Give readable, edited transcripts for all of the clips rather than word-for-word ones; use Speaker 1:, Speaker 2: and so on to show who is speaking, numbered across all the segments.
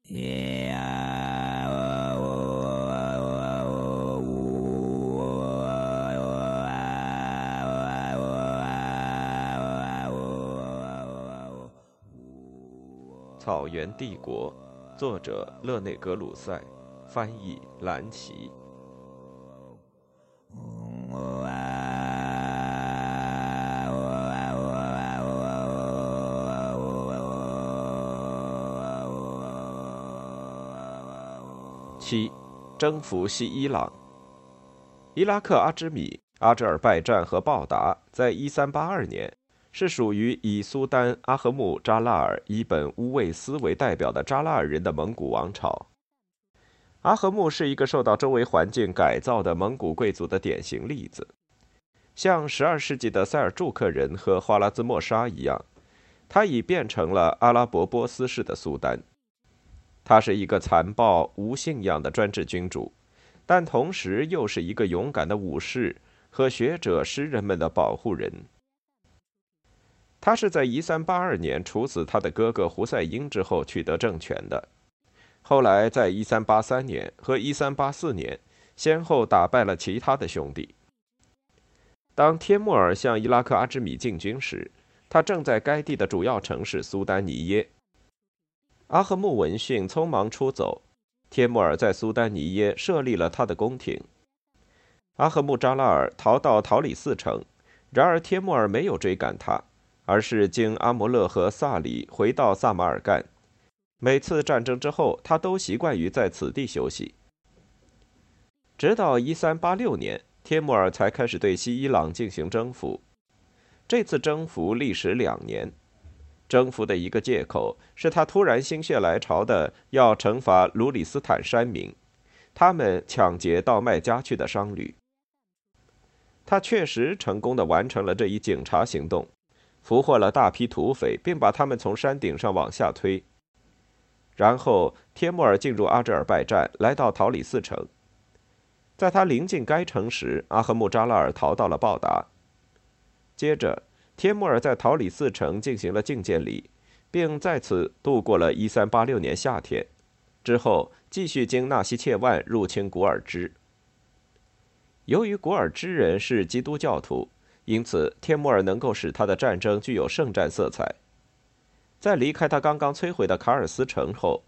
Speaker 1: 草原帝国，作者勒内格鲁塞，翻译蓝奇。7. 征服西伊朗。伊拉克阿芝米、阿扎尔拜占和鲍达在1382年是属于以苏丹阿合木扎拉尔伊本乌卫斯为代表的扎拉尔人的蒙古王朝。阿合木是一个受到周围环境改造的蒙古贵族的典型例子，像12世纪的塞尔柱克人和花剌子模沙一样，他已变成了阿拉伯波斯式的苏丹。他是一个残暴无信仰的专制君主，但同时又是一个勇敢的武士和学者诗人们的保护人。他是在1382年处死他的哥哥胡塞因之后取得政权的，后来在1383年和1384年先后打败了其他的兄弟。当帖木儿向伊拉克阿芝米进军时，他正在该地的主要城市苏丹尼耶。阿合木闻讯匆忙出走，帖木儿在苏丹尼耶设立了他的宫廷。阿合木扎拉尔逃到陶里斯城，然而帖木儿没有追赶他，而是经阿摩勒和萨里回到萨马尔干。每次战争之后，他都习惯于在此地休息。直到1386年，帖木儿才开始对西伊朗进行征服。这次征服历时2年。征服的一个借口是他突然心血来潮的要惩罚卢里斯坦山民，他们抢劫到卖家去的商旅。他确实成功地完成了这一警察行动，俘获了大批土匪，并把他们从山顶上往下推。然后帖木儿进入阿扎尔拜占，来到陶里斯城。在他临近该城时，阿合木扎拉尔逃到了鲍达。接着帖木儿在陶里斯城进行了觐见礼，并在此度过了1386年夏天。之后继续经纳西切万入侵古尔支。由于古尔支人是基督教徒，因此帖木儿能够使他的战争具有圣战色彩。在离开他刚刚摧毁的卡尔斯城后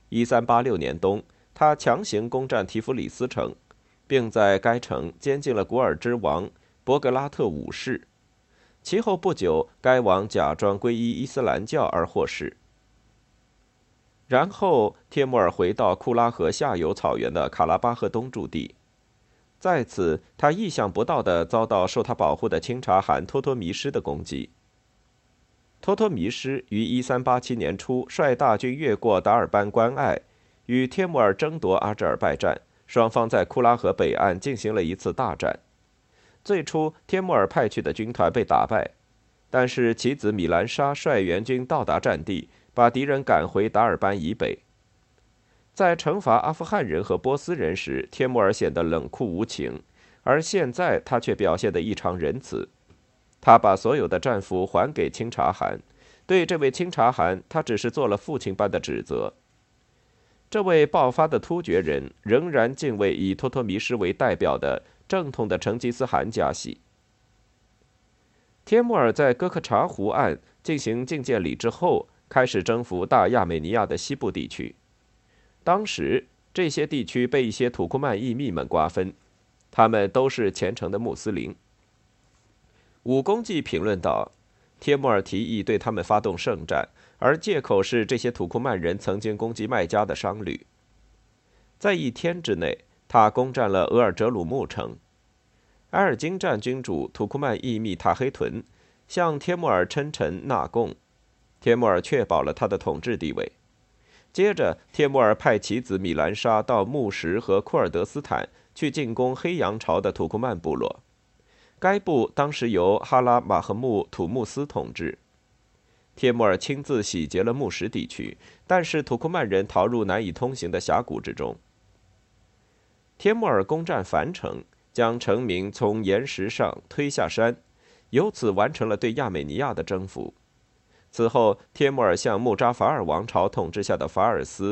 Speaker 1: ，1386年冬，他强行攻占提夫里斯城，并在该城监禁了古尔支王博格拉特五世。其后不久，该王假装皈依伊斯兰教而获释。然后帖木儿回到库拉河下游草原的卡拉巴赫东驻地，在此他意想不到地遭到受他保护的钦察汗托托弥师的攻击。托托弥师于1387年初率大军越过达尔班关隘，与帖木儿争夺阿扎尔拜占，双方在库拉河北岸进行了一次大战。最初帖木儿派去的军团被打败，但是其子米兰沙率援军到达战地，把敌人赶回达尔班以北。在惩罚阿富汗人和波斯人时，帖木儿显得冷酷无情，而现在他却表现得异常仁慈。他把所有的战俘还给钦察汗，对这位钦察汗，他只是做了父亲般的指责。这位爆发的突厥人仍然敬畏以托托弥师为代表的正统的成吉思汗家系。帖木儿在哥克查湖岸进行觐见礼之后，开始征服大亚美尼亚的西部地区。当时这些地区被一些土库曼裔密们瓜分，他们都是虔诚的穆斯林。武功记评论道，帖木儿提议对他们发动圣战，而借口是这些土库曼人曾经攻击麦加的商旅。在1天之内，他攻占了额尔哲鲁木城。埃尔金站君主土库曼裔密塔黑屯向帖木儿称臣纳贡，帖木儿确保了他的统治地位。接着帖木儿派其子米兰沙到木什和库尔德斯坦去进攻黑羊朝的土库曼部落，该部当时由哈拉马赫木土木斯统治。帖木儿亲自洗劫了木什地区，但是土库曼人逃入难以通行的峡谷之中。帖木儿攻占樊城，将城民从岩石上推下山，由此完成了对亚美尼亚的征服。此后，帖木儿向穆扎法尔王朝统治下的法尔斯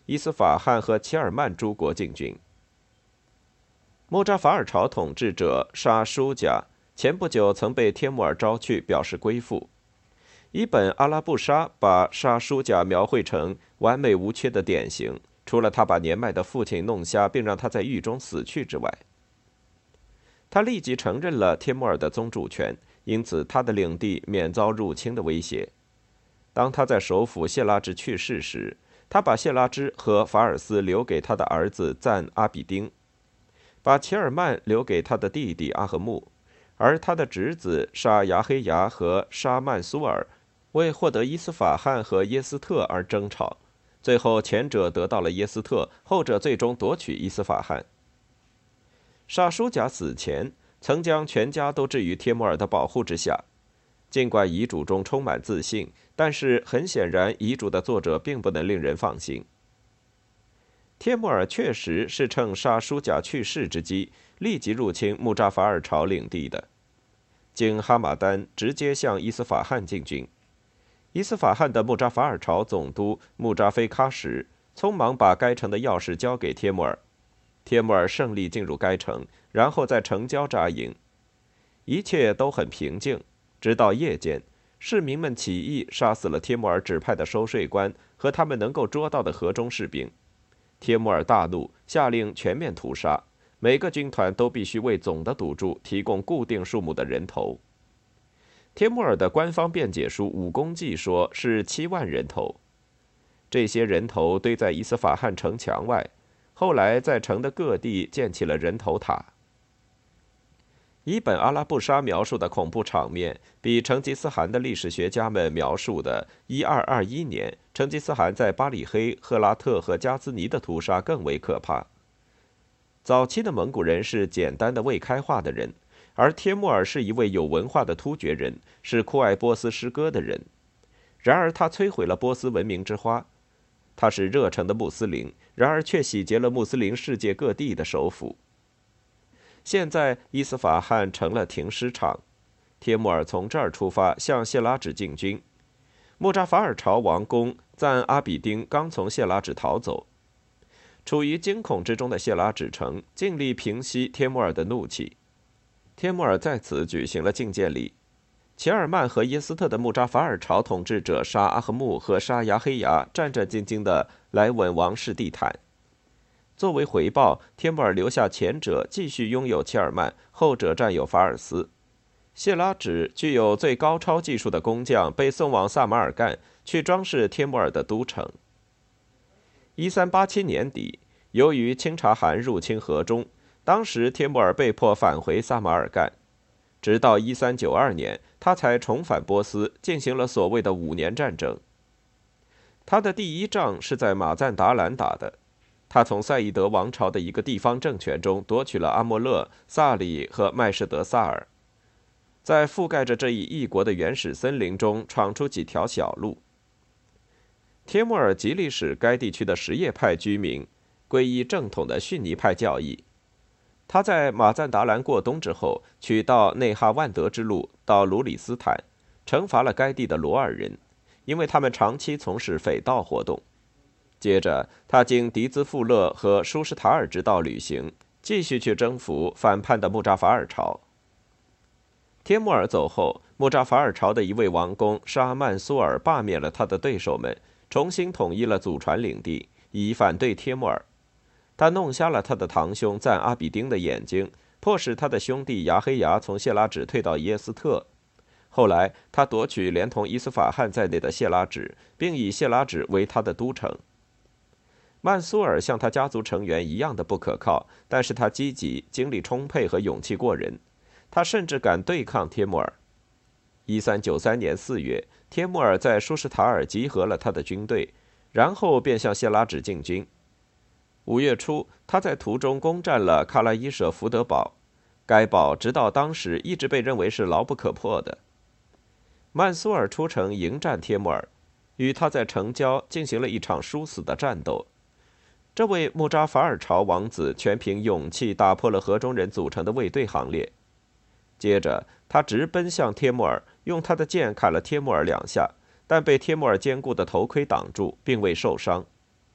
Speaker 1: 伊斯法罕和齐尔曼诸国进军。穆扎法尔朝统治者沙舒贾前不久曾被帖木儿招去，表示归附。伊本·阿拉布沙把沙舒贾描绘成完美无缺的典型，除了他把年迈的父亲弄瞎并让他在狱中死去之外。他立即承认了帖木儿的宗主权，因此他的领地免遭入侵的威胁。当他在首府谢拉支去世时，他把谢拉支和法尔斯留给他的儿子赞·阿比丁，把齐尔曼留给他的弟弟阿合木，而他的侄子沙牙黑牙和沙曼苏尔为获得伊斯法罕和耶斯特而争吵，最后前者得到了耶斯特，后者最终夺取伊斯法罕。沙舒贾死前曾将全家都置于帖木儿的保护之下，尽管遗嘱中充满自信，但是很显然遗嘱的作者并不能令人放心。帖木儿确实是趁沙舒贾去世之机，立即入侵穆扎法尔朝领地的，经哈马丹直接向伊斯法罕进军。伊斯法罕的穆扎法尔朝总督穆扎菲喀什匆忙把该城的钥匙交给帖木儿，帖木儿胜利进入该城，然后在城郊扎营。一切都很平静，直到夜间，市民们起义，杀死了帖木儿指派的收税官和他们能够捉到的河中士兵。帖木儿大怒，下令全面屠杀，每个军团都必须为总的赌注提供固定数目的人头。帖木儿的官方辩解书《武功记》说是7万人头，这些人头堆在伊斯法罕城墙外，后来在城的各地建起了人头塔。伊本·阿拉布沙描述的恐怖场面，比成吉思汗的历史学家们描述的1221年成吉思汗在巴里黑、赫拉特和加兹尼的屠杀更为可怕。早期的蒙古人是简单的未开化的人，而帖木儿是一位有文化的突厥人，是酷爱波斯诗歌的人。然而他摧毁了波斯文明之花。他是热诚的穆斯林，然而却洗劫了穆斯林世界各地的首府。现在伊斯法罕成了停尸场，帖木儿从这儿出发向谢拉支进军。穆扎法尔朝王公赞阿比丁刚从谢拉支逃走，处于惊恐之中的谢拉支城尽力平息帖木儿的怒气。帖木儿在此举行了觐见礼。齐尔曼和耶斯特的穆扎法尔朝统治者沙阿合木和沙牙黑牙战战兢兢地来吻王室地毯。作为回报，帖木儿留下前者继续拥有齐尔曼，后者占有法尔斯。谢拉支具有最高超技术的工匠被送往萨马尔干去装饰帖木儿的都城。1387年底，由于清察汗入侵河中，当时帖木儿被迫返回萨马尔干，直到1392年，他才重返波斯，进行了所谓的5年战争。他的第一仗是在马赞达兰打的。他从赛义德王朝的一个地方政权中夺取了阿莫勒、萨里和麦士德萨尔，在覆盖着这一异国的原始森林中闯出几条小路。帖木儿极力使该地区的什叶派居民皈依正统的逊尼派教义。他在马赞达兰过冬之后，取道内哈万德之路到鲁里斯坦，惩罚了该地的罗尔人，因为他们长期从事匪盗活动。接着，他经迪兹富勒和舒什塔尔之道旅行，继续去征服反叛的穆扎法尔朝。帖木儿走后，穆扎法尔朝的一位王公沙曼苏尔罢免了他的对手们，重新统一了祖传领地，以反对帖木儿。他弄瞎了他的堂兄赞阿比丁的眼睛，迫使他的兄弟牙黑牙从谢拉支退到耶斯特。后来，他夺取连同伊斯法罕在内的谢拉支，并以谢拉支为他的都城。曼苏尔像他家族成员一样的不可靠，但是他积极、精力充沛和勇气过人。他甚至敢对抗帖木儿。1393年4月，帖木儿在舒什塔尔集合了他的军队，然后便向谢拉支进军。5月初，他在途中攻占了喀拉伊舍福德堡，该堡直到当时一直被认为是牢不可破的。曼苏尔出城迎战帖木儿，与他在城郊进行了一场殊死的战斗。这位穆扎法尔朝王子全凭勇气打破了河中人组成的卫队行列。接着，他直奔向帖木儿，用他的剑砍了帖木儿2下，但被帖木儿坚固的头盔挡住，并未受伤。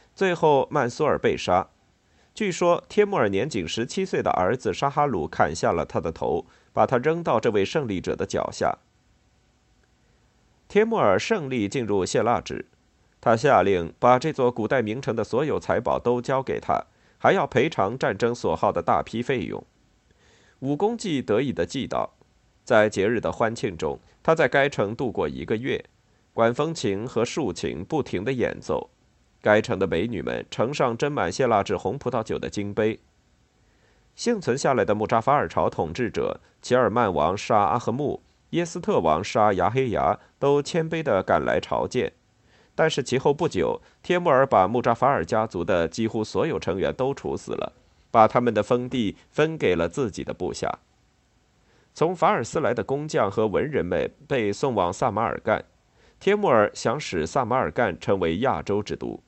Speaker 1: 最后曼苏尔被杀。据说帖木儿年仅17岁的儿子沙哈鲁砍下了他的头，把他扔到这位胜利者的脚下。帖木儿胜利进入谢腊治，他下令把这座古代名城的所有财宝都交给他，还要赔偿战争所耗的大批费用。武功祭得意地记道，在节日的欢庆中，他在该城度过1个月，管风琴和竖琴不停地演奏。该城的美女们盛上斟满谢腊治红葡萄酒的金杯。幸存下来的穆扎法尔朝统治者齐尔曼王沙阿赫木、耶斯特王沙牙黑牙都谦卑地赶来朝见，但是其后不久，帖木儿把穆扎法尔家族的几乎所有成员都处死了，把他们的封地分给了自己的部下。从法尔斯来的工匠和文人们被送往萨马尔干，帖木儿想使萨马尔干成为亚洲之都。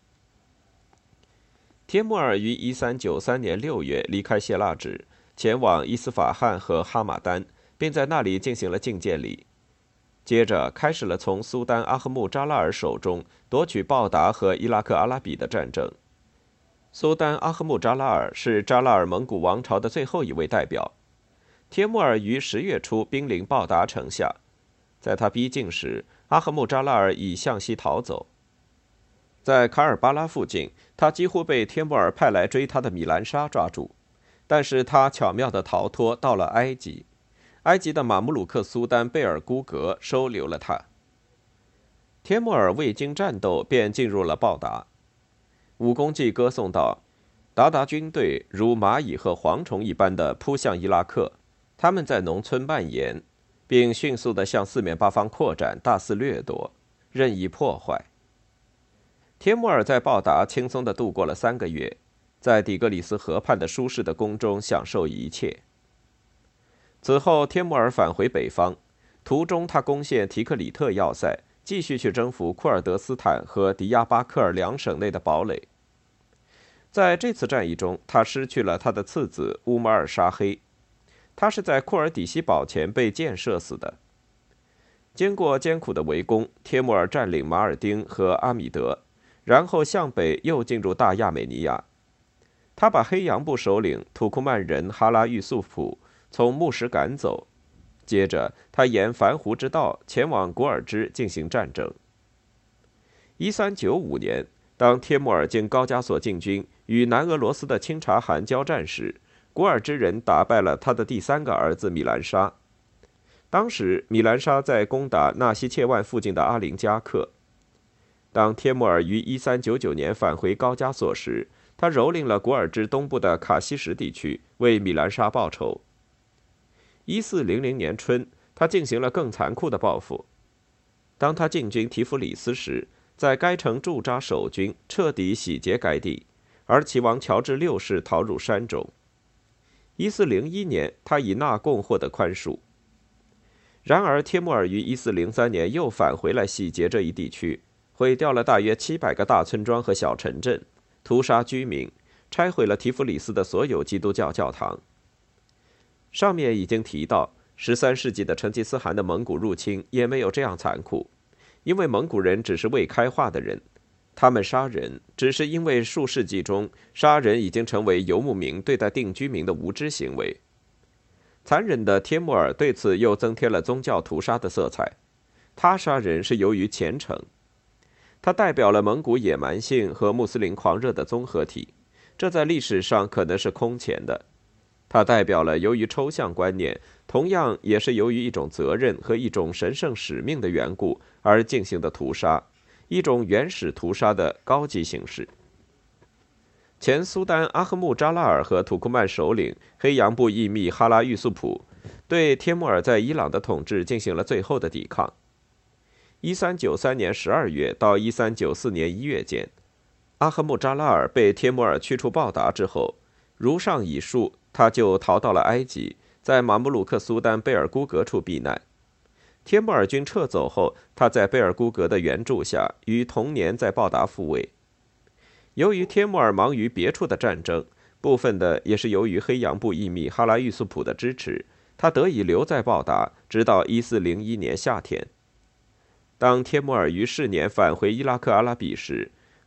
Speaker 1: 帖木儿于1393年6月离开谢腊治，前往伊斯法罕和哈马丹，并在那里进行了觐见礼。接着开始了从苏丹阿赫木扎拉尔手中夺取鲍达和伊拉克阿拉比的战争。苏丹阿赫木扎拉尔是扎拉尔蒙古王朝的最后一位代表。帖木儿于10月初兵临鲍达城下，在他逼近时，阿赫木扎拉尔已向西逃走。在卡尔巴拉附近，他几乎被帖木儿派来追他的米兰莎抓住，但是他巧妙地逃脱到了埃及。埃及的马穆鲁克苏丹贝尔孤格收留了他。帖木儿未经战斗便进入了鲍达。武功记歌颂道，鞑靼军队如蚂蚁和蝗虫一般地扑向伊拉克，他们在农村蔓延，并迅速地向四面八方扩展，大肆掠夺，任意破坏。帖木儿在鲍达轻松地度过了3个月，在底格里斯河畔的舒适的宫中享受一切。此后，帖木儿返回北方，途中他攻陷提克里特要塞，继续去征服库尔德斯坦和迪亚巴克尔2省内的堡垒。在这次战役中，他失去了他的次子乌马尔沙黑，他是在库尔底西堡前被箭射死的。经过艰苦的围攻，帖木儿占领马尔丁和阿米德，然后向北又进入大亚美尼亚。他把黑羊部首领土库曼人哈拉玉素普从木什赶走，接着他沿凡湖之道前往古尔支进行战争。1395年，当帖木儿经高加索进军与南俄罗斯的清察汗交战时，古尔支人打败了他的第3个儿子米兰沙。当时米兰沙在攻打纳西切万附近的阿林加克。当帖木儿于1399年返回高加索时，他蹂躏了古尔支东部的卡西什地区，为米兰沙报仇。1400年春，他进行了更残酷的报复。当他进军提夫里斯时，在该城驻扎守军，彻底洗劫该地，而齐王乔治6世逃入山中。1401年，他以纳贡获得宽恕。然而，帖木儿于1403年又返回来洗劫这一地区，毁掉了大约700个大村庄和小城镇，屠杀居民，拆毁了提夫里斯的所有基督教教堂。上面已经提到，13世纪的成吉思汗的蒙古入侵也没有这样残酷，因为蒙古人只是未开化的人，他们杀人只是因为数世纪中杀人已经成为游牧民对待定居民的无知行为。残忍的帖木儿对此又增添了宗教屠杀的色彩，他杀人是由于虔诚。他代表了蒙古野蛮性和穆斯林狂热的综合体，这在历史上可能是空前的。他代表了由于抽象观念，同样也是由于一种责任和一种神圣使命的缘故而进行的屠杀，一种原始屠杀的高级形式。前苏丹阿赫木扎拉尔和土库曼首领黑羊部义密哈拉玉素普对帖木儿在伊朗的统治进行了最后的抵抗。1393年12月到1394年1月间，阿赫木扎拉尔被帖木儿驱除鲍达之后，如上已述，他就逃到了埃及，在马穆鲁克苏丹贝尔孤格处避难。帖木儿军撤走后，他在贝尔孤格的援助下，于同年在鲍达复位。由于帖木儿忙于别处的战争，部分的也是由于黑羊部义密哈拉玉素普的支持，他得以留在鲍达，直到1401年夏天。当帖木儿于是年返回伊拉克阿拉比时，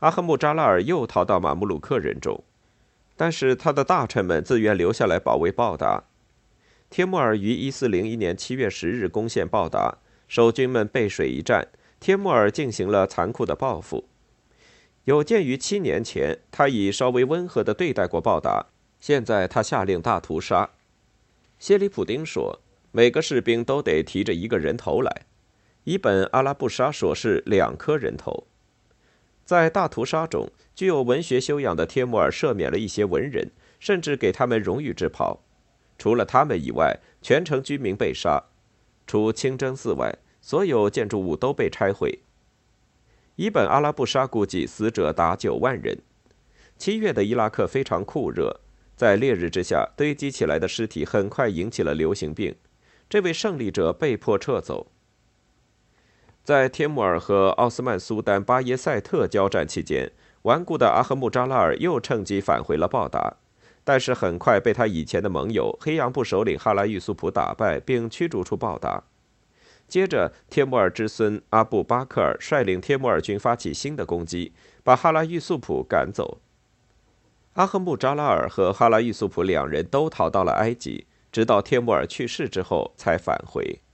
Speaker 1: 阿赫木扎拉尔又逃到马穆鲁克人中，但是他的大臣们自愿留下来保卫鲍达。帖木儿于1401年7月10日攻陷鲍达，守军们背水一战，帖木儿进行了残酷的报复。有鉴于7年前他已稍微温和地对待过鲍达，现在他下令大屠杀。谢里普丁说，每个士兵都得提着一个人头来。伊本阿拉布沙说是2颗人头。在大屠杀中，具有文学修养的帖木儿赦免了一些文人，甚至给他们荣誉之袍。除了他们以外，全城居民被杀，除清真寺外，所有建筑物都被拆毁。伊本阿拉布沙估计死者达9万人。7月的伊拉克非常酷热，在烈日之下堆积起来的尸体很快引起了流行病。这位胜利者被迫撤走。在帖木儿和奥斯曼苏丹巴耶塞特交战期间，顽固的阿赫木扎拉尔又趁机返回了鲍达，但是很快被他以前的盟友黑羊部首领哈拉玉苏普打败并驱逐出鲍达。接着，帖木儿之孙阿布巴克尔率领帖木儿军发起新的攻击，把哈拉玉素普赶走。阿赫木扎拉尔和哈拉玉素普2人都逃到了埃及，直到帖木儿去世之后才返回。